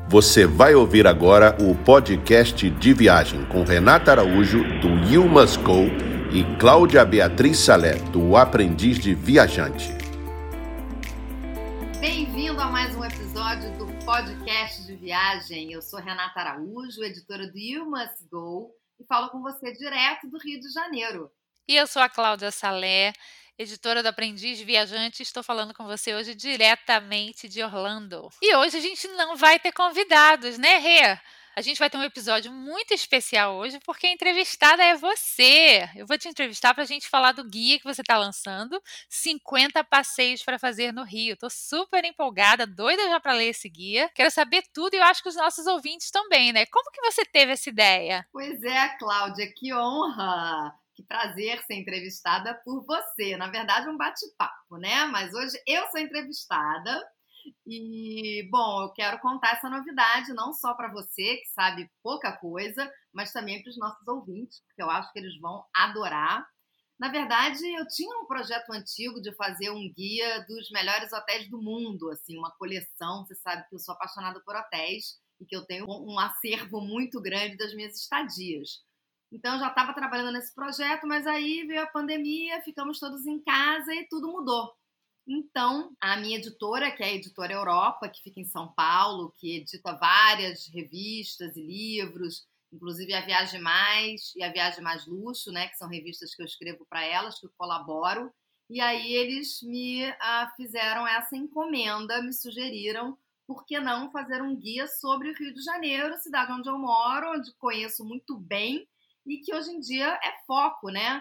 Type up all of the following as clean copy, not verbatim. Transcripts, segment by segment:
Você vai ouvir agora o podcast de viagem com Renata Araújo, do You Must Go, e Cláudia Beatriz Salé, do Aprendiz de Viajante. Bem-vindo a mais um episódio do podcast de viagem. Eu sou Renata Araújo, editora do You Must Go, e falo com você direto do Rio de Janeiro. E eu sou a Cláudia Salé, editora do Aprendiz Viajante, estou falando com você hoje diretamente de Orlando. E hoje a gente não vai ter convidados, né, Rê? A gente vai ter um episódio muito especial hoje, porque a entrevistada é você. Eu vou te entrevistar para a gente falar do guia que você está lançando, 50 passeios para fazer no Rio. Estou super empolgada, doida já para ler esse guia. Quero saber tudo e eu acho que os nossos ouvintes também, né? Como que você teve essa ideia? Pois é, Cláudia, que honra! Que prazer ser entrevistada por você. Na verdade, um bate-papo, né? Mas hoje eu sou entrevistada e, bom, eu quero contar essa novidade não só para você, que sabe pouca coisa, mas também para os nossos ouvintes, porque eu acho que eles vão adorar. Na verdade, eu tinha um projeto antigo de fazer um guia dos melhores hotéis do mundo, assim, uma coleção. Você sabe que eu sou apaixonada por hotéis e que eu tenho um acervo muito grande das minhas estadias. Então, eu já estava trabalhando nesse projeto, mas aí veio a pandemia, ficamos todos em casa e tudo mudou. Então, a minha editora, que é a Editora Europa, que fica em São Paulo, que edita várias revistas e livros, inclusive a Viagem Mais e a Viagem Mais Luxo, né, que são revistas que eu escrevo para elas, que eu colaboro. E aí eles me fizeram essa encomenda, me sugeriram por que não fazer um guia sobre o Rio de Janeiro, cidade onde eu moro, onde conheço muito bem, e que hoje em dia é foco, né?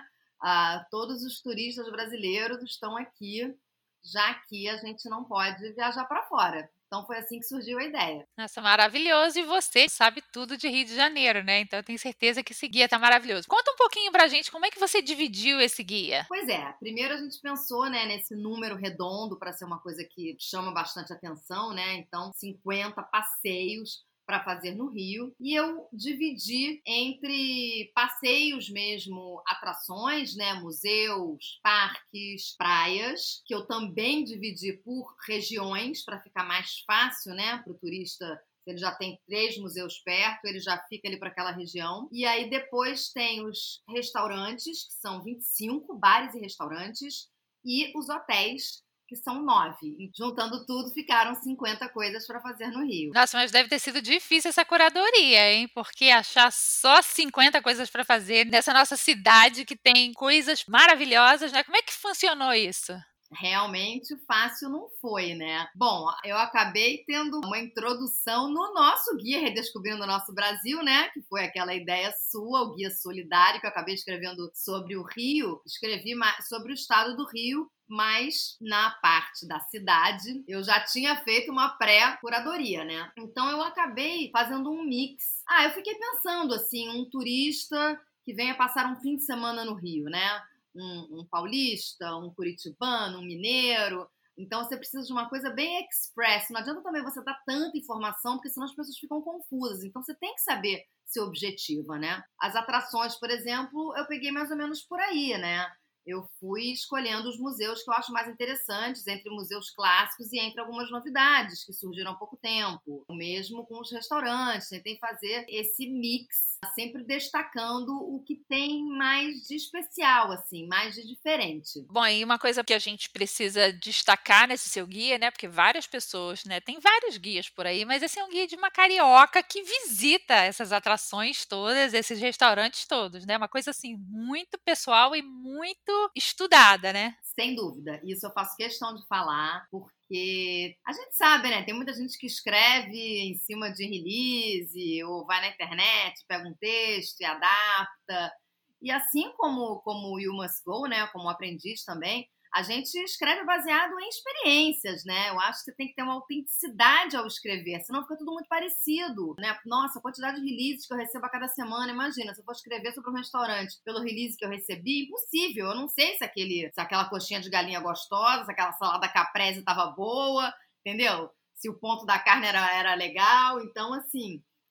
Todos os turistas brasileiros estão aqui, já que a gente não pode viajar para fora. Então foi assim que surgiu a ideia. Nossa, maravilhoso! E você sabe tudo de Rio de Janeiro, né? Então eu tenho certeza que esse guia tá maravilhoso. Conta um pouquinho pra gente como é que você dividiu esse guia. Pois é, primeiro a gente pensou, né, nesse número redondo para ser uma coisa que chama bastante atenção, né? Então, 50 passeios para fazer no Rio, e eu dividi entre passeios mesmo, atrações, né, museus, parques, praias, que eu também dividi por regiões para ficar mais fácil, né, para o turista. Se ele já tem 3 museus perto, ele já fica ali para aquela região. E aí depois tem os restaurantes, que são 25 bares e restaurantes, e os hotéis, que são 9. Juntando tudo, ficaram 50 coisas para fazer no Rio. Nossa, mas deve ter sido difícil essa curadoria, hein? Porque achar só 50 coisas para fazer nessa nossa cidade que tem coisas maravilhosas, né? Como é que funcionou isso? Realmente fácil não foi, né? Bom, eu acabei tendo uma introdução no nosso guia Redescobrindo o Nosso Brasil, né? Que foi aquela ideia sua, o guia solidário, que eu acabei escrevendo sobre o Rio. Escrevi sobre o estado do Rio, mas na parte da cidade eu já tinha feito uma pré-curadoria, né? Então eu acabei fazendo um mix. Eu fiquei pensando assim, um turista que venha passar um fim de semana no Rio, né? Um paulista, um curitibano, um mineiro. Então você precisa de uma coisa bem express. Não adianta também você dar tanta informação, porque senão as pessoas ficam confusas. Então você tem que saber ser objetiva, né? As atrações, por exemplo, eu peguei mais ou menos por aí, né? Eu fui escolhendo os museus que eu acho mais interessantes, entre museus clássicos e entre algumas novidades que surgiram há pouco tempo. O mesmo com os restaurantes, tentei fazer esse mix, sempre destacando o que tem mais de especial, assim, mais de diferente. Bom, e uma coisa que a gente precisa destacar nesse seu guia, né? Porque várias pessoas, né? Tem vários guias por aí, mas esse é um guia de uma carioca que visita essas atrações todas, esses restaurantes todos, né? Uma coisa assim, muito pessoal e muito estudada, né? Sem dúvida. Isso eu faço questão de falar, porque a gente sabe, né? Tem muita gente que escreve em cima de release ou vai na internet, pega um texto e adapta. E assim como o You Must Go, né? Como aprendiz também, a gente escreve baseado em experiências, né? Eu acho que você tem que ter uma autenticidade ao escrever, senão fica tudo muito parecido, né? Nossa, a quantidade de releases que eu recebo a cada semana, imagina, se eu for escrever sobre um restaurante pelo release que eu recebi, impossível. Eu não sei se aquela coxinha de galinha gostosa, se aquela salada caprese estava boa, entendeu? Se o ponto da carne era legal. Então, assim,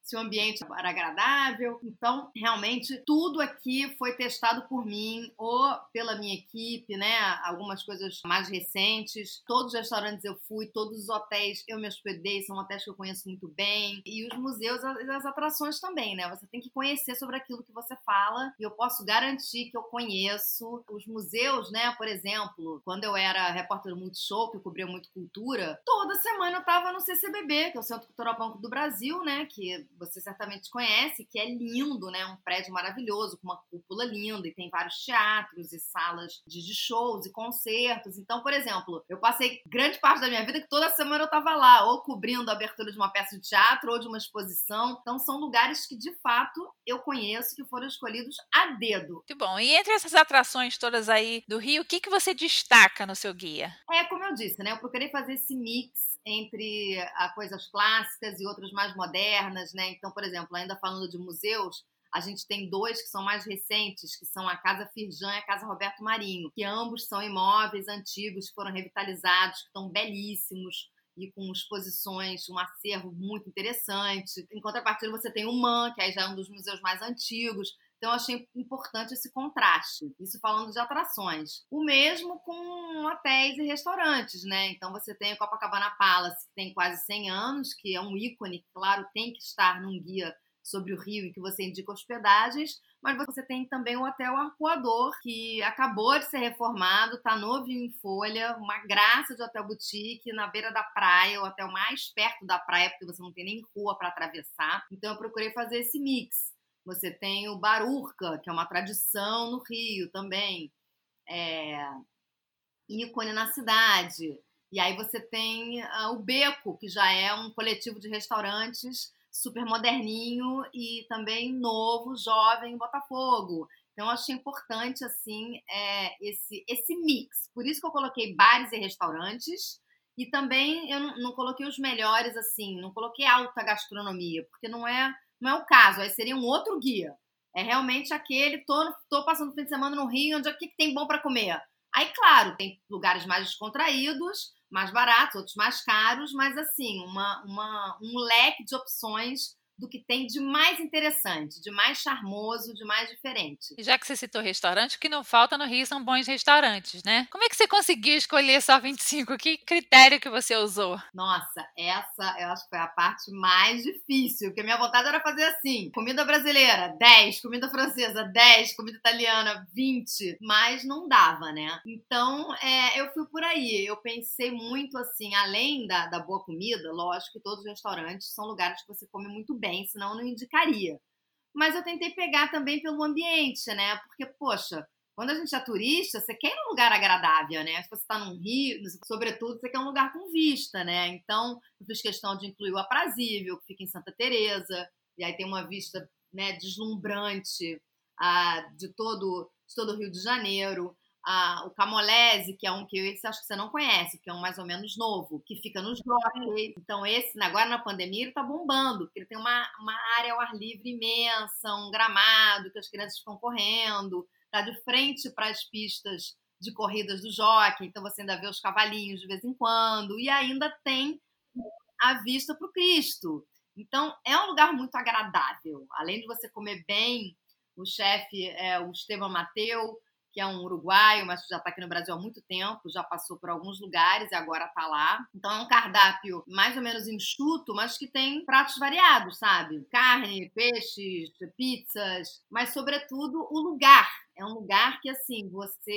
se o ambiente era agradável. Então, realmente, tudo aqui foi testado por mim ou pela minha equipe, né? Algumas coisas mais recentes. Todos os restaurantes eu fui, todos os hotéis eu me hospedei, são hotéis que eu conheço muito bem. E os museus, as atrações também, né? Você tem que conhecer sobre aquilo que você fala. E eu posso garantir que eu conheço os museus, né? Por exemplo, quando eu era repórter do Multishow, que eu cobria muito cultura, toda semana eu estava no CCBB, que é o Centro Cultural Banco do Brasil, né? Que você certamente conhece, que é lindo, né? Um prédio maravilhoso, com uma cúpula linda, e tem vários teatros e salas de shows e concertos. Então, por exemplo, eu passei grande parte da minha vida que toda semana eu estava lá, ou cobrindo a abertura de uma peça de teatro ou de uma exposição. Então, são lugares que, de fato, eu conheço, que foram escolhidos a dedo. Muito bom. E entre essas atrações todas aí do Rio, o que você destaca no seu guia? Como eu disse, né? Eu procurei fazer esse mix entre coisas clássicas e outras mais modernas, né? Então, por exemplo, ainda falando de museus, a gente tem dois que são mais recentes, que são a Casa Firjan e a Casa Roberto Marinho, que ambos são imóveis antigos que foram revitalizados, que estão belíssimos e com exposições, um acervo muito interessante. Em contrapartida, você tem o MAN, que aí já é um dos museus mais antigos. Então, eu achei importante esse contraste. Isso falando de atrações. O mesmo com hotéis e restaurantes, né? Então, você tem o Copacabana Palace, que tem quase 100 anos, que é um ícone, que, claro, tem que estar num guia sobre o Rio e que você indica hospedagens, mas você tem também o Hotel Arpoador, que acabou de ser reformado, está novinho em folha, uma graça de hotel boutique na beira da praia, o hotel mais perto da praia, porque você não tem nem rua para atravessar. Então, eu procurei fazer esse mix. Você tem o Barurca, que é uma tradição no Rio também, ícone na cidade. E aí você tem o Beco, que já é um coletivo de restaurantes super moderninho e também novo, jovem em Botafogo. Então, eu achei importante, assim, esse mix. Por isso que eu coloquei bares e restaurantes. E também eu não coloquei os melhores, assim, não coloquei alta gastronomia, porque não é o caso, aí seria um outro guia. É realmente aquele, tô passando o fim de semana no Rio, onde o que tem bom para comer? Aí, claro, tem lugares mais descontraídos, mais baratos, outros mais caros, mas assim, um leque de opções do que tem de mais interessante, de mais charmoso, de mais diferente. E já que você citou restaurante, o que não falta no Rio são bons restaurantes, né? Como é que você conseguiu escolher só 25? Que critério que você usou? Nossa, essa eu acho que foi a parte mais difícil, porque a minha vontade era fazer assim, comida brasileira, 10, comida francesa, 10, comida italiana, 20, mas não dava, né? Então, eu fui por aí, eu pensei muito assim, além da boa comida, lógico que todos os restaurantes são lugares que você come muito bem, senão eu não indicaria. Mas eu tentei pegar também pelo ambiente, né? Porque, poxa, quando a gente é turista, você quer ir num lugar agradável, né? Se você está num Rio, sobretudo, você quer um lugar com vista, né? Então, eu fiz questão de incluir o Aprazível, que fica em Santa Teresa, e aí tem uma vista, né, deslumbrante de todo o Rio de Janeiro. O Camolese, que é um que esse acho que você não conhece, que é um mais ou menos novo, que fica nos Jockeys. Então, esse, agora na pandemia, ele tá bombando, porque ele tem uma área ao ar livre imensa, um gramado que as crianças ficam correndo, tá de frente para as pistas de corridas do Jockey, então você ainda vê os cavalinhos de vez em quando, e ainda tem a vista para o Cristo. Então, é um lugar muito agradável. Além de você comer bem, o chefe é o Esteban Mateu, que é um uruguaio, mas já está aqui no Brasil há muito tempo, já passou por alguns lugares e agora está lá. Então é um cardápio mais ou menos enxuto, mas que tem pratos variados, sabe? Carne, peixes, pizzas, mas sobretudo o lugar. É um lugar que, assim,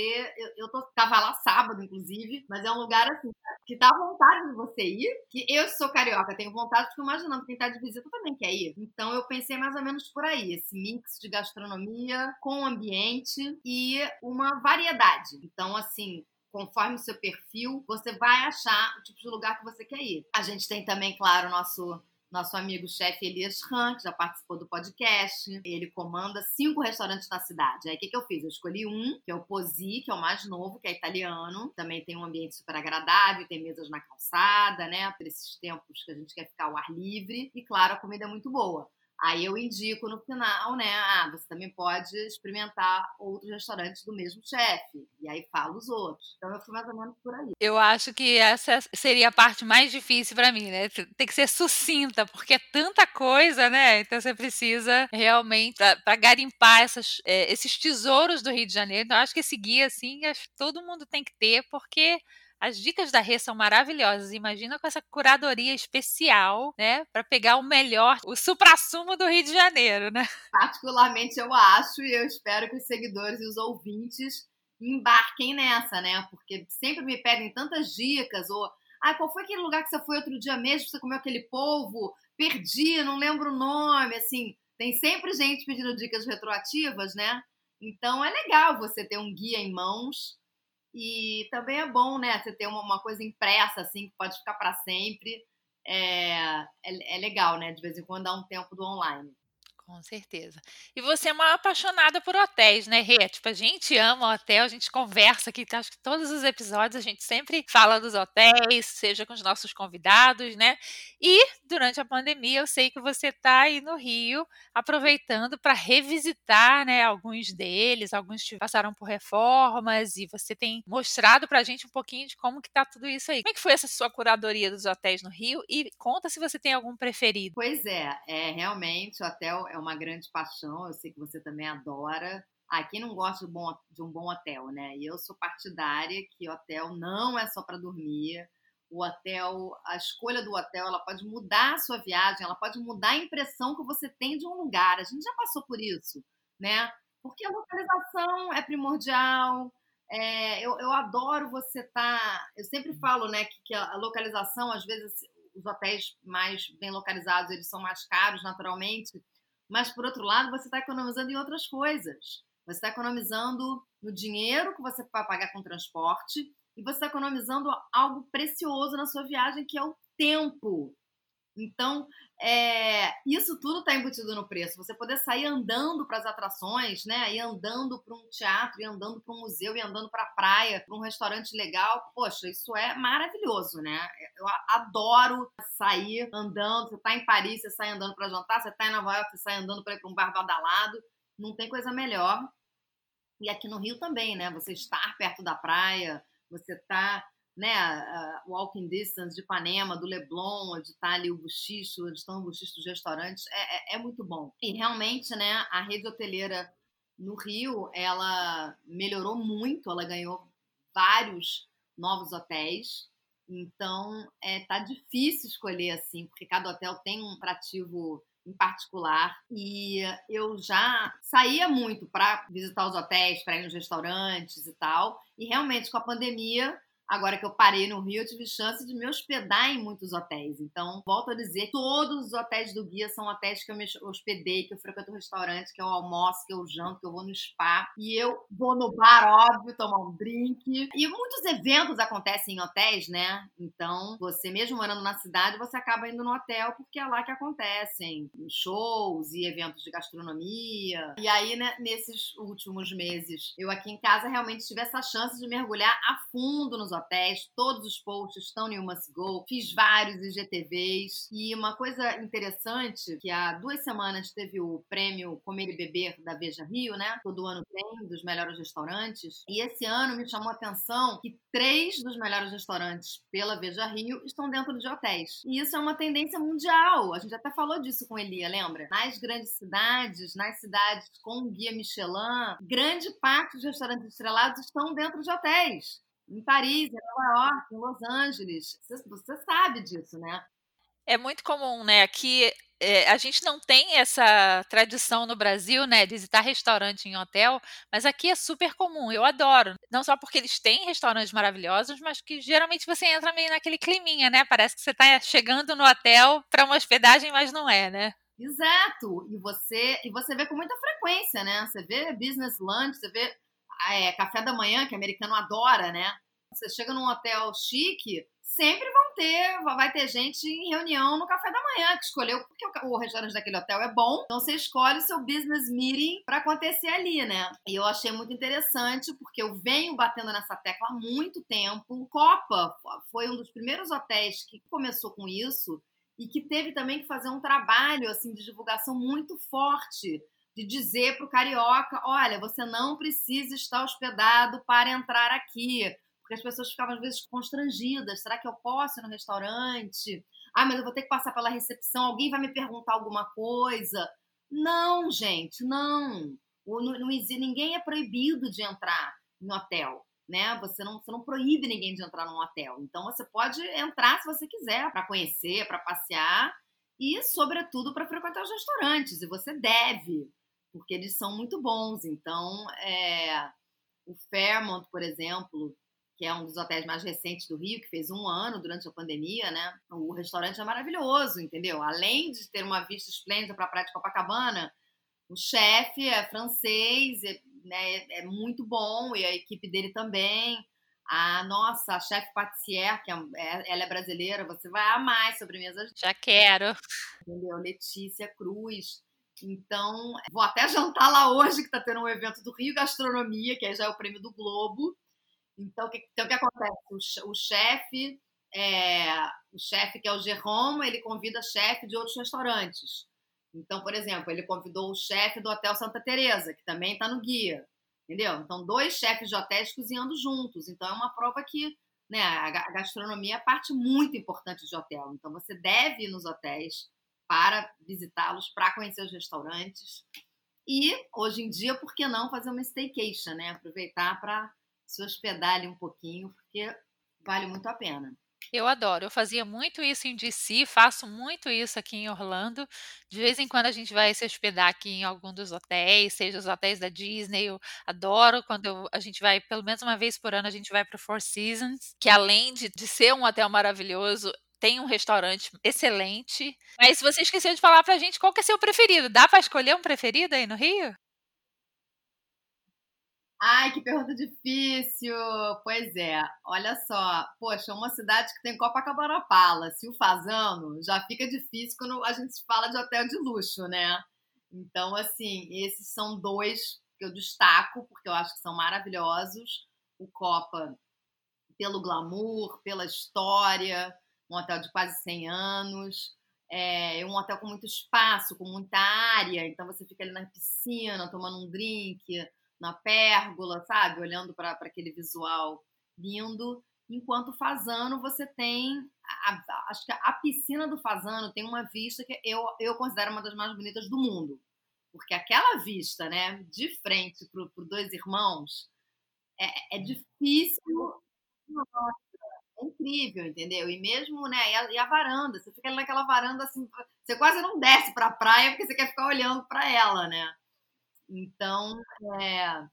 tava lá sábado, inclusive, mas é um lugar, assim, que dá vontade de você ir, que eu sou carioca, tenho vontade, fico imaginando quem tá de visita também quer ir. Então eu pensei mais ou menos por aí, esse mix de gastronomia com ambiente e uma variedade. Então, assim, conforme o seu perfil, você vai achar o tipo de lugar que você quer ir. A gente tem também, claro, nosso amigo chefe Elias Ram, que já participou do podcast. Ele comanda 5 restaurantes na cidade. Aí o que eu fiz? Eu escolhi um, que é o Pozzi, que é o mais novo, que é italiano. Também tem um ambiente super agradável, tem mesas na calçada, né? Por esses tempos que a gente quer ficar ao ar livre. E claro, a comida é muito boa. Aí eu indico no final, né? Você também pode experimentar outros restaurantes do mesmo chefe. E aí fala os outros. Então eu fui mais ou menos por aí. Eu acho que essa seria a parte mais difícil para mim, né? Tem que ser sucinta, porque é tanta coisa, né? Então você precisa realmente para garimpar esses tesouros do Rio de Janeiro. Então, eu acho que esse guia, assim, acho que todo mundo tem que ter, porque as dicas da Rê são maravilhosas. Imagina com essa curadoria especial, né? Para pegar o melhor, o suprassumo do Rio de Janeiro, né? Particularmente eu acho, e eu espero que os seguidores e os ouvintes embarquem nessa, né? Porque sempre me pedem tantas dicas, ou qual foi aquele lugar que você foi outro dia mesmo, que você comeu aquele polvo? Perdi, não lembro o nome, assim, tem sempre gente pedindo dicas retroativas, né? Então é legal você ter um guia em mãos e também é bom, né? Você ter uma coisa impressa, assim, que pode ficar para sempre. É legal, né? De vez em quando dá um tempo do online. Com certeza. E você é uma apaixonada por hotéis, né, Rê? Tipo, a gente ama hotel, a gente conversa aqui, acho que todos os episódios a gente sempre fala dos hotéis, seja com os nossos convidados, né? E durante a pandemia eu sei que você está aí no Rio, aproveitando para revisitar, né, alguns deles, alguns passaram por reformas e você tem mostrado para a gente um pouquinho de como que tá tudo isso aí. Como é que foi essa sua curadoria dos hotéis no Rio? E conta se você tem algum preferido. Pois realmente o hotel é uma grande paixão, eu sei que você também adora. Quem não gosta de um bom hotel, né? E eu sou partidária que hotel não é só para dormir. O hotel, a escolha do hotel, ela pode mudar a sua viagem, ela pode mudar a impressão que você tem de um lugar. A gente já passou por isso, né? Porque a localização é primordial. Eu adoro você estar. Eu sempre falo, né, que a localização, às vezes, os hotéis mais bem localizados, eles são mais caros naturalmente, mas por outro lado, você está economizando em outras coisas. Você está economizando no dinheiro que você vai pagar com transporte e você está economizando algo precioso na sua viagem, que é o tempo. Então, isso tudo está embutido no preço. Você poder sair andando para as atrações, né? Ir andando para um teatro, ir andando para um museu, ir andando para a praia, para um restaurante legal. Poxa, isso é maravilhoso, né? Eu adoro sair andando. Você está em Paris, você sai andando para jantar. Você está em Nova York, você sai andando para ir para um bar badalado. Não tem coisa melhor. E aqui no Rio também, né? Você estar perto da praia, você está, né, walking distance de Ipanema, do Leblon, onde está ali o Buchicho, onde estão os buchichos dos restaurantes, é muito bom. E realmente, né, a rede hoteleira no Rio, ela melhorou muito, ela ganhou vários novos hotéis, então tá difícil escolher assim, porque cada hotel tem um atrativo em particular, e eu já saía muito para visitar os hotéis, para ir nos restaurantes e tal, e realmente com a pandemia, agora que eu parei no Rio, eu tive chance de me hospedar em muitos hotéis. Então, volto a dizer, todos os hotéis do guia são hotéis que eu me hospedei, que eu frequento o restaurante, que eu almoço, que eu janto, que eu vou no spa. E eu vou no bar, óbvio, tomar um drink. E muitos eventos acontecem em hotéis, né? Então, você mesmo morando na cidade, você acaba indo no hotel, porque é lá que acontecem shows e eventos de gastronomia. E aí, né, nesses últimos meses, eu aqui em casa realmente tive essa chance de mergulhar a fundo nos hotéis, todos os posts estão no You Must Go, fiz vários IGTVs, e uma coisa interessante, que há 2 semanas teve o prêmio Comer e Beber da Veja Rio, né? Todo ano tem, dos melhores restaurantes, e esse ano me chamou a atenção que 3 dos melhores restaurantes pela Veja Rio estão dentro de hotéis. E isso é uma tendência mundial, a gente até falou disso com Elia, lembra? Nas grandes cidades, nas cidades com guia Michelin, grande parte dos restaurantes estrelados estão dentro de hotéis. Em Paris, em Nova York, em Los Angeles. Você sabe disso, né? É muito comum, né? Aqui a gente não tem essa tradição no Brasil, né, de visitar restaurante em hotel, mas aqui é super comum. Eu adoro. Não só porque eles têm restaurantes maravilhosos, mas que geralmente você entra meio naquele climinha, né? Parece que você está chegando no hotel para uma hospedagem, mas não é, né? Exato. E você vê com muita frequência, né? Você vê business lunch, você vê café da manhã, que o americano adora, né? Você chega num hotel chique, sempre vai ter gente em reunião no café da manhã que escolheu, porque o restaurante daquele hotel é bom, então você escolhe o seu business meeting para acontecer ali, né? E eu achei muito interessante, porque eu venho batendo nessa tecla há muito tempo. Copa foi um dos primeiros hotéis que começou com isso, e que teve também que fazer um trabalho assim de divulgação muito forte, de dizer para o carioca, olha, você não precisa estar hospedado para entrar aqui, porque as pessoas ficavam às vezes constrangidas, será que eu posso ir no restaurante? Ah, mas eu vou ter que passar pela recepção, alguém vai me perguntar alguma coisa. Não, gente, não. Ninguém é proibido de entrar no hotel, né? Você não proíbe ninguém de entrar num hotel. Então você pode entrar se você quiser, para conhecer, para passear e, sobretudo, para frequentar os restaurantes. E você deve, porque eles são muito bons. Então, o Fairmont, por exemplo, que é um dos hotéis mais recentes do Rio, que fez 1 ano durante a pandemia, né? O restaurante é maravilhoso, entendeu? Além de ter uma vista esplêndida para a Praia de Copacabana, o chefe é francês, né, é muito bom, e a equipe dele também. A chefe patissière, ela é brasileira, você vai amar as sobremesas, Já quero. entendeu? Letícia Cruz. Então, vou até jantar lá hoje, que está tendo um evento do Rio Gastronomia, que aí já é o prêmio do Globo. Então, o que acontece? O chefe, que é o Jerome, ele convida chefe de outros restaurantes. Então, por exemplo, ele convidou o chefe do Hotel Santa Teresa, que também está no guia, entendeu? Então, 2 chefes de hotéis cozinhando juntos. Então, é uma prova que, né, a gastronomia é parte muito importante de hotel. Então, você deve ir nos hotéis para visitá-los, para conhecer os restaurantes. E, hoje em dia, por que não fazer uma staycation, né? Aproveitar para se hospedar ali um pouquinho, porque vale muito a pena. Eu adoro, eu fazia muito isso em DC, faço muito isso aqui em Orlando. De vez em quando a gente vai se hospedar aqui em algum dos hotéis, seja os hotéis da Disney. Eu adoro quando a gente vai, pelo menos uma vez por ano, a gente vai para o Four Seasons, que além de ser um hotel maravilhoso, tem um restaurante excelente. Mas você esqueceu de falar pra gente qual que é seu preferido. Dá para escolher um preferido aí no Rio? Ai, que pergunta difícil! Pois é, olha só. Poxa, uma cidade que tem Copacabana Palace e o Fasano, já fica difícil quando a gente fala de hotel de luxo, né? Então, assim, esses são 2 que eu destaco, porque eu acho que são maravilhosos. O Copa, pelo glamour, pela história, um hotel de quase 100 anos. É um hotel com muito espaço, com muita área, então você fica ali na piscina, tomando um drink, na pérgola, sabe? Olhando para aquele visual lindo. Enquanto o Fasano, você tem. Acho que a piscina do Fasano tem uma vista que eu considero uma das mais bonitas do mundo. Porque aquela vista, né, de frente para os 2 irmãos, é difícil. É incrível, entendeu? E mesmo, né, e a varanda, você fica ali naquela varanda assim, você quase não desce para a praia porque você quer ficar olhando para ela, né? Então, é,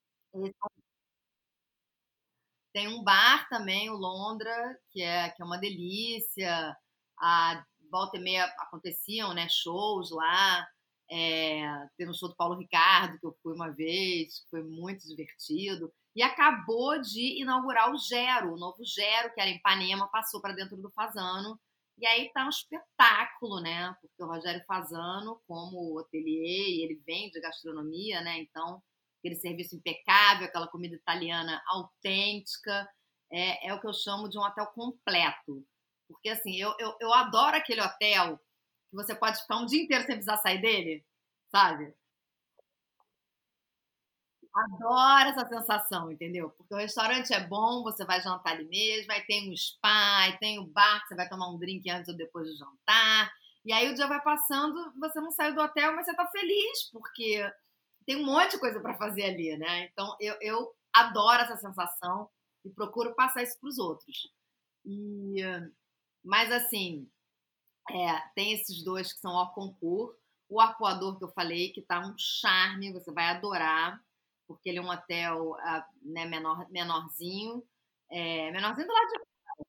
tem um bar também, o Londra, que é uma delícia. A volta e meia aconteciam, né, shows lá. Teve um show do Paulo Ricardo, que eu fui uma vez, que foi muito divertido. E acabou de inaugurar o novo Gero, que era em Ipanema, passou para dentro do Fasano. E aí tá um espetáculo, né? Porque o Rogério Fasano, como hotelier, e ele vende gastronomia, né? Então, aquele serviço impecável, aquela comida italiana autêntica, é o que eu chamo de um hotel completo. Porque, assim, eu adoro aquele hotel que você pode ficar um dia inteiro sem precisar sair dele, sabe? Adoro essa sensação, entendeu? Porque o restaurante é bom, você vai jantar ali mesmo, aí tem um spa, aí tem o bar, que você vai tomar um drink antes ou depois do jantar. E aí o dia vai passando, você não saiu do hotel, mas você tá feliz, porque tem um monte de coisa para fazer ali, né? Então eu adoro essa sensação e procuro passar isso para os outros. E, mas assim, tem esses 2 que são ao concurso. O Arpoador que eu falei, que tá um charme, você vai adorar, porque ele é um hotel, né, menorzinho. Menorzinho do lado de.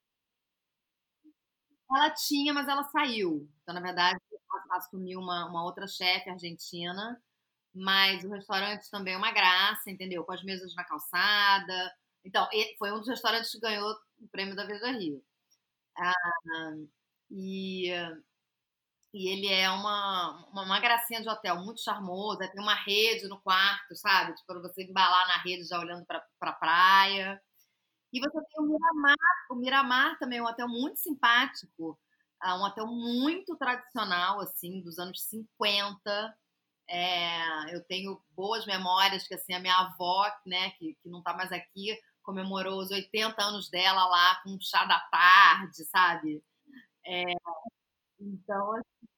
Ela tinha, mas ela saiu. Então, na verdade, assumiu uma outra chefe argentina. Mas o restaurante também é uma graça, entendeu? Com as mesas na calçada. Então, foi um dos restaurantes que ganhou o prêmio da Veja Rio. Ah, e, e ele é uma gracinha de hotel, muito charmoso. Aí tem uma rede no quarto, sabe? Tipo, para você embalar na rede já olhando para a praia. E você tem o Miramar também, é um hotel muito simpático. um hotel muito tradicional, assim, dos anos 50. Eu tenho boas memórias que, assim, a minha avó, né, que não está mais aqui, comemorou os 80 anos dela lá com um chá da tarde, sabe? Então,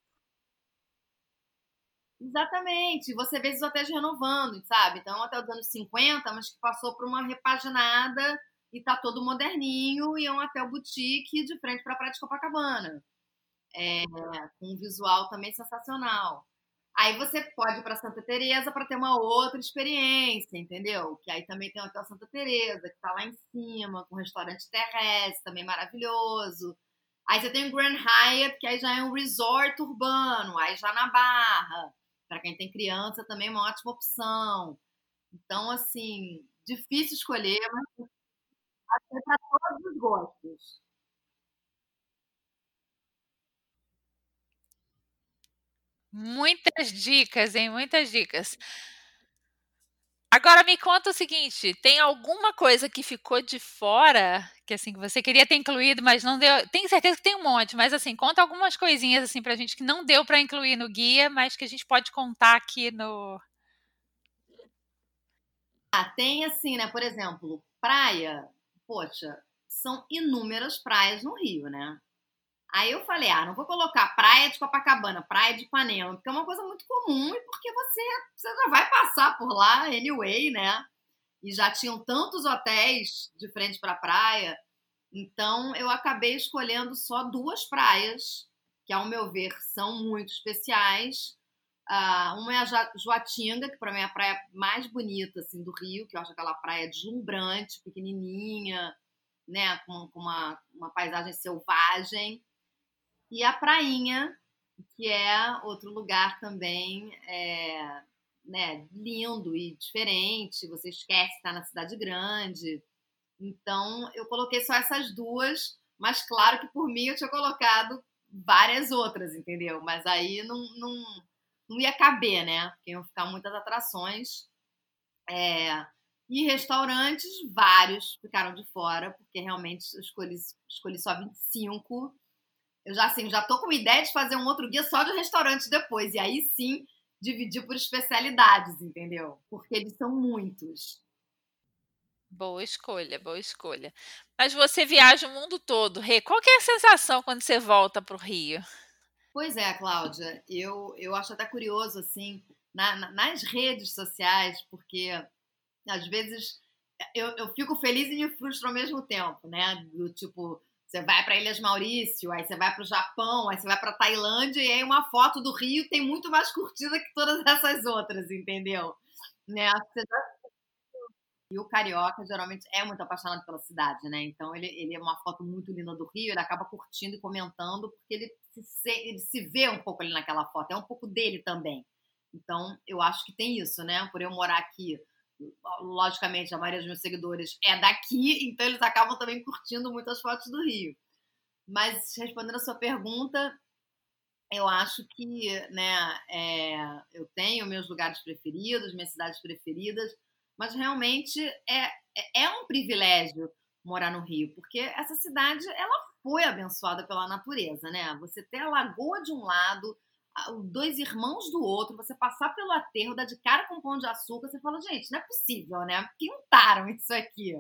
exatamente. Você vê esses hotéis renovando, sabe? Então, é um hotel dos anos 50, mas que passou por uma repaginada e tá todo moderninho e é um hotel boutique de frente para a Praia de Copacabana, com um visual também sensacional. Aí você pode ir para Santa Teresa para ter uma outra experiência, entendeu? Que aí também tem o Hotel Santa Teresa, que tá lá em cima, com um restaurante terrestre, também maravilhoso. Aí você tem o Grand Hyatt, que aí já é um resort urbano, aí já na Barra. Para quem tem criança também é uma ótima opção. Então, assim, difícil escolher, mas é para todos os gostos. Muitas dicas, hein? Muitas dicas. Agora me conta o seguinte, tem alguma coisa que ficou de fora, que assim, que você queria ter incluído, mas não deu? Tenho certeza que tem um monte, mas assim, conta algumas coisinhas assim pra gente que não deu para incluir no guia, mas que a gente pode contar aqui no. Tem assim, né? Por exemplo, praia. Poxa, são inúmeras praias no Rio, né? Aí eu falei, não vou colocar praia de Copacabana, praia de Ipanema, porque é uma coisa muito comum e porque você já vai passar por lá anyway, né? E já tinham tantos hotéis de frente para a praia, então eu acabei escolhendo só duas praias, que ao meu ver são muito especiais. Uma é a Joatinga, que para mim é a praia mais bonita assim, do Rio, que eu acho aquela praia deslumbrante, pequenininha, né, com uma paisagem selvagem. E a Prainha, que é outro lugar também, né, lindo e diferente. Você esquece que está na cidade grande. Então, eu coloquei só essas duas, mas claro que por mim eu tinha colocado várias outras, entendeu? Mas aí não ia caber, né? Porque iam ficar muitas atrações. E restaurantes, vários ficaram de fora, porque realmente eu escolhi só 25. Eu já, assim, já tô com uma ideia de fazer um outro guia só de restaurantes depois. E aí sim, dividir por especialidades, entendeu? Porque eles são muitos. Boa escolha, boa escolha. Mas você viaja o mundo todo, Rê. Qual que é a sensação quando você volta para o Rio? Pois é, Cláudia, eu acho até curioso, assim, nas redes sociais, porque às vezes eu fico feliz e me frustro ao mesmo tempo, né? Do tipo, você vai para Ilhas Maurício, aí você vai para o Japão, aí você vai para Tailândia e aí uma foto do Rio tem muito mais curtida que todas essas outras, entendeu? Né? E o carioca geralmente é muito apaixonado pela cidade, né? Então ele é uma foto muito linda do Rio, ele acaba curtindo e comentando porque ele se vê um pouco ali naquela foto, é um pouco dele também. Então eu acho que tem isso, né? Por eu morar aqui, logicamente a maioria dos meus seguidores é daqui, então eles acabam também curtindo muitas fotos do Rio. Mas respondendo a sua pergunta, eu acho que, né, eu tenho meus lugares preferidos, minhas cidades preferidas, mas realmente é um privilégio morar no Rio, porque essa cidade ela foi abençoada pela natureza, né? Você ter a lagoa de um lado, dois irmãos do outro, você passar pelo aterro, dar de cara com pão de açúcar, você fala, gente, não é possível, né? Pintaram isso aqui.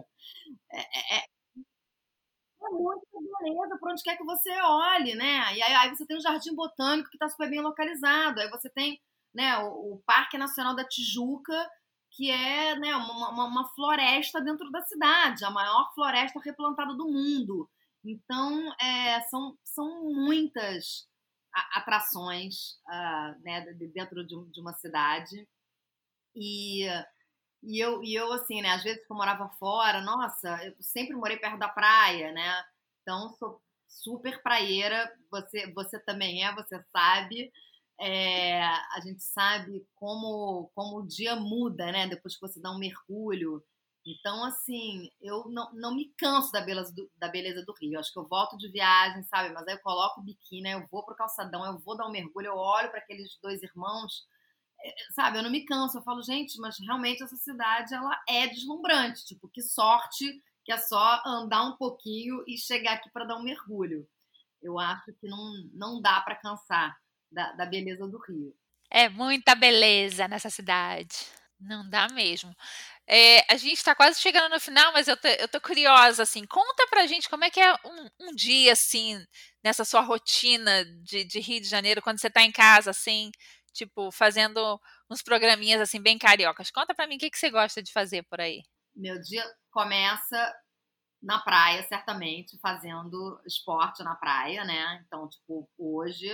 É muita beleza por onde quer que você olhe, né? E aí você tem o Jardim Botânico que está super bem localizado. Aí você tem, né, o Parque Nacional da Tijuca, que é, né, uma floresta dentro da cidade, a maior floresta replantada do mundo. Então, são muitas atrações, né, dentro de uma cidade. E e eu, assim, né, às vezes que eu morava fora, nossa, eu sempre morei perto da praia, né? Então, sou super praieira, você também você sabe. A gente sabe como o dia muda, né? Depois que você dá um mergulho. Então, assim, eu não me canso da beleza do Rio. Eu acho que eu volto de viagem, sabe? Mas aí eu coloco o biquíni, eu vou pro calçadão, eu vou dar um mergulho, eu olho para aqueles dois irmãos, sabe, eu não me canso, eu falo, gente, mas realmente essa cidade, ela é deslumbrante, tipo, que sorte que é só andar um pouquinho e chegar aqui para dar um mergulho. eu acho que não dá para cansar da beleza do Rio. É muita beleza nessa cidade. Não dá mesmo. A gente está quase chegando no final, mas eu tô curiosa, assim. Conta pra gente como é que é um dia, assim, nessa sua rotina de Rio de Janeiro, quando você tá em casa, assim, tipo, fazendo uns programinhas, assim, bem cariocas. Conta pra mim o que você gosta de fazer por aí. Meu dia começa na praia, certamente, fazendo esporte na praia, né? Então, tipo, hoje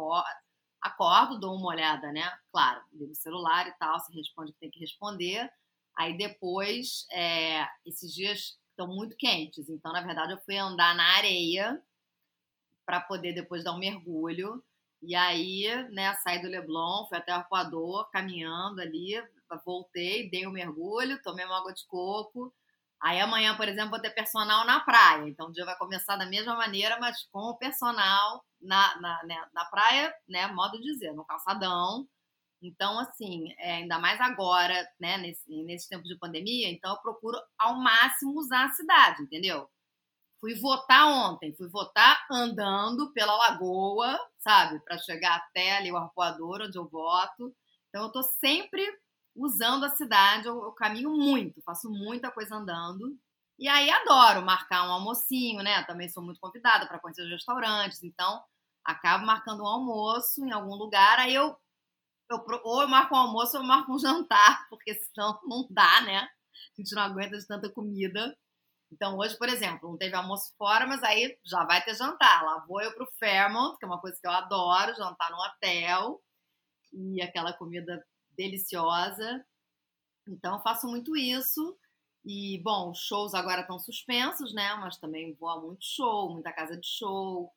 acordo, dou uma olhada, né? Claro, ligo o celular e tal, se responde o que tem que responder. Aí depois, esses dias estão muito quentes, então, na verdade, eu fui andar na areia para poder depois dar um mergulho. E aí, né, saí do Leblon, fui até o Arpoador, caminhando ali, voltei, dei um mergulho, tomei uma água de coco. Aí amanhã, por exemplo, vou ter personal na praia. Então o dia vai começar da mesma maneira, mas com o personal na praia, né, modo de dizer, no calçadão. Então, assim, ainda mais agora, né, nesse tempo de pandemia, então eu procuro ao máximo usar a cidade, entendeu? Fui votar ontem, fui votar andando pela lagoa, sabe? Para chegar até ali o Arpoador, onde eu voto. Então, eu tô sempre usando a cidade, eu caminho muito, faço muita coisa andando. E aí, adoro marcar um almocinho, né? Também sou muito convidada para conhecer os restaurantes, então acabo marcando um almoço em algum lugar. Aí ou eu marco um almoço ou eu marco um jantar, porque senão não dá, né? A gente não aguenta de tanta comida. Então, hoje, por exemplo, não teve almoço fora, mas aí já vai ter jantar. Lá vou eu pro Fairmont, que é uma coisa que eu adoro, jantar no hotel. E aquela comida deliciosa. Então, eu faço muito isso. E, bom, os shows agora estão suspensos, né? Mas também vou a muito show, muita casa de show.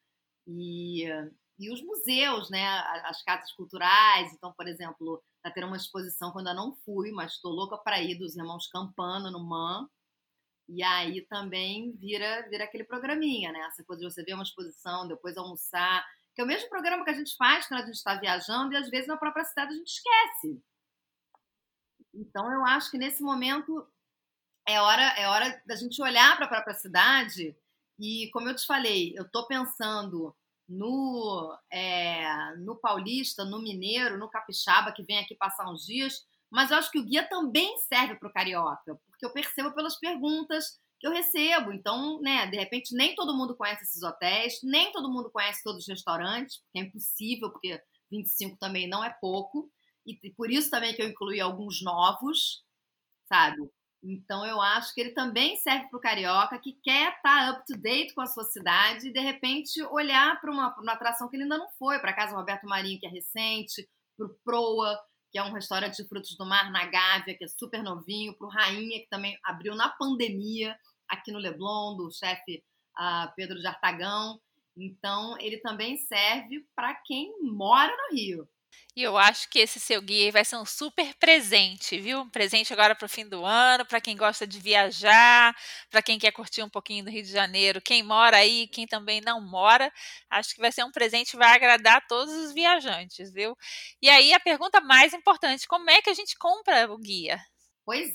E os museus, né? As casas culturais. Então, por exemplo, tá tendo uma exposição que eu ainda não fui, mas estou louca para ir, dos irmãos Campana, no MAM. E aí também vira aquele programinha, né? Essa coisa de você ver uma exposição, depois almoçar. Que é o mesmo programa que a gente faz quando a gente está viajando e às vezes na própria cidade a gente esquece. Então eu acho que nesse momento é hora da gente olhar para a própria cidade e, como eu te falei, eu estou pensando no paulista, no mineiro, no capixaba que vem aqui passar uns dias, mas eu acho que o guia também serve para o carioca, porque eu percebo pelas perguntas que eu recebo. Então, né, de repente, nem todo mundo conhece esses hotéis, nem todo mundo conhece todos os restaurantes, porque é impossível, porque 25 também não é pouco, e por isso também que eu incluí alguns novos, sabe? Então, eu acho que ele também serve para o carioca que quer estar up to date com a sua cidade e, de repente, olhar para uma atração que ele ainda não foi, para a Casa Roberto Marinho, que é recente, para o Proa, que é um restaurante de frutos do mar na Gávea, que é super novinho, para o Rainha, que também abriu na pandemia, aqui no Leblon, do chefe Pedro de Artagão. Então, ele também serve para quem mora no Rio. E eu acho que esse seu guia vai ser um super presente, viu? Um presente agora para o fim do ano, para quem gosta de viajar, para quem quer curtir um pouquinho do Rio de Janeiro, quem mora aí, quem também não mora. Acho que vai ser um presente que vai agradar a todos os viajantes, viu? E aí a pergunta mais importante, como é que a gente compra o guia? Pois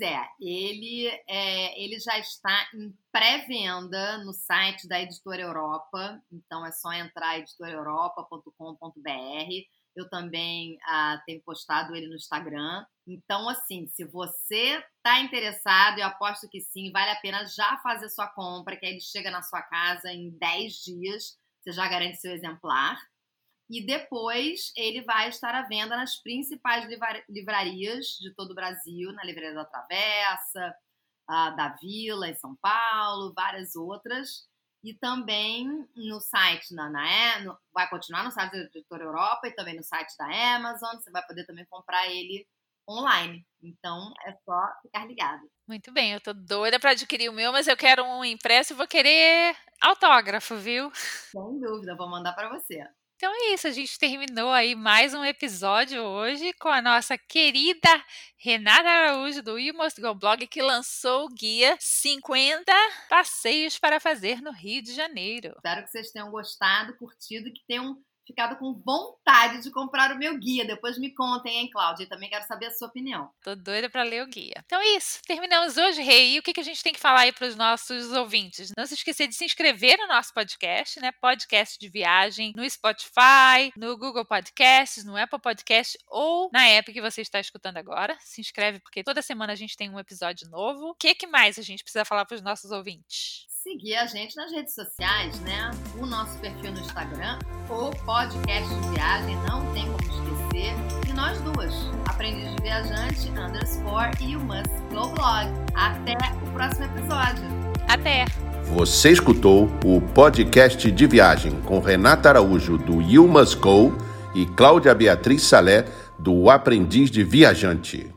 ele já está em pré-venda no site da Editora Europa, então é só entrar editoraeuropa.com.br. Eu também tenho postado ele no Instagram. Então, assim, se você está interessado, eu aposto que sim, vale a pena já fazer sua compra, que aí ele chega na sua casa em 10 dias, você já garante seu exemplar. E depois ele vai estar à venda nas principais livrarias de todo o Brasil, na Livraria da Travessa, da Vila, em São Paulo, várias outras. E também no site, vai continuar no site da Editora Europa e também no site da Amazon. Você vai poder também comprar ele online. Então, é só ficar ligado. Muito bem, eu tô doida para adquirir o meu, mas eu quero um impresso e vou querer autógrafo, viu? Sem dúvida, vou mandar para você. Então é isso, a gente terminou aí mais um episódio hoje com a nossa querida Renata Araújo do You Must Go Blog, que lançou o guia 50 passeios para fazer no Rio de Janeiro. Espero que vocês tenham gostado, curtido e que tenham ficado com vontade de comprar o meu guia. Depois me contem, hein, Cláudia? E também quero saber a sua opinião. Tô doida para ler o guia. Então é isso. Terminamos hoje, Rê. E o que a gente tem que falar aí para os nossos ouvintes? Não se esquecer de se inscrever no nosso podcast, né? Podcast de viagem, no Spotify, no Google Podcasts, no Apple Podcast ou na app que você está escutando agora. Se inscreve porque toda semana a gente tem um episódio novo. O que mais a gente precisa falar para os nossos ouvintes? Seguir a gente nas redes sociais, né? O nosso perfil no Instagram, o Podcast de Viagem, não tem como esquecer. E nós duas, Aprendiz de Viajante, _ e o Must Go Blog. Até o próximo episódio. Até! Você escutou o Podcast de Viagem com Renata Araújo, do You Must Go, e Cláudia Beatriz Salé, do Aprendiz de Viajante.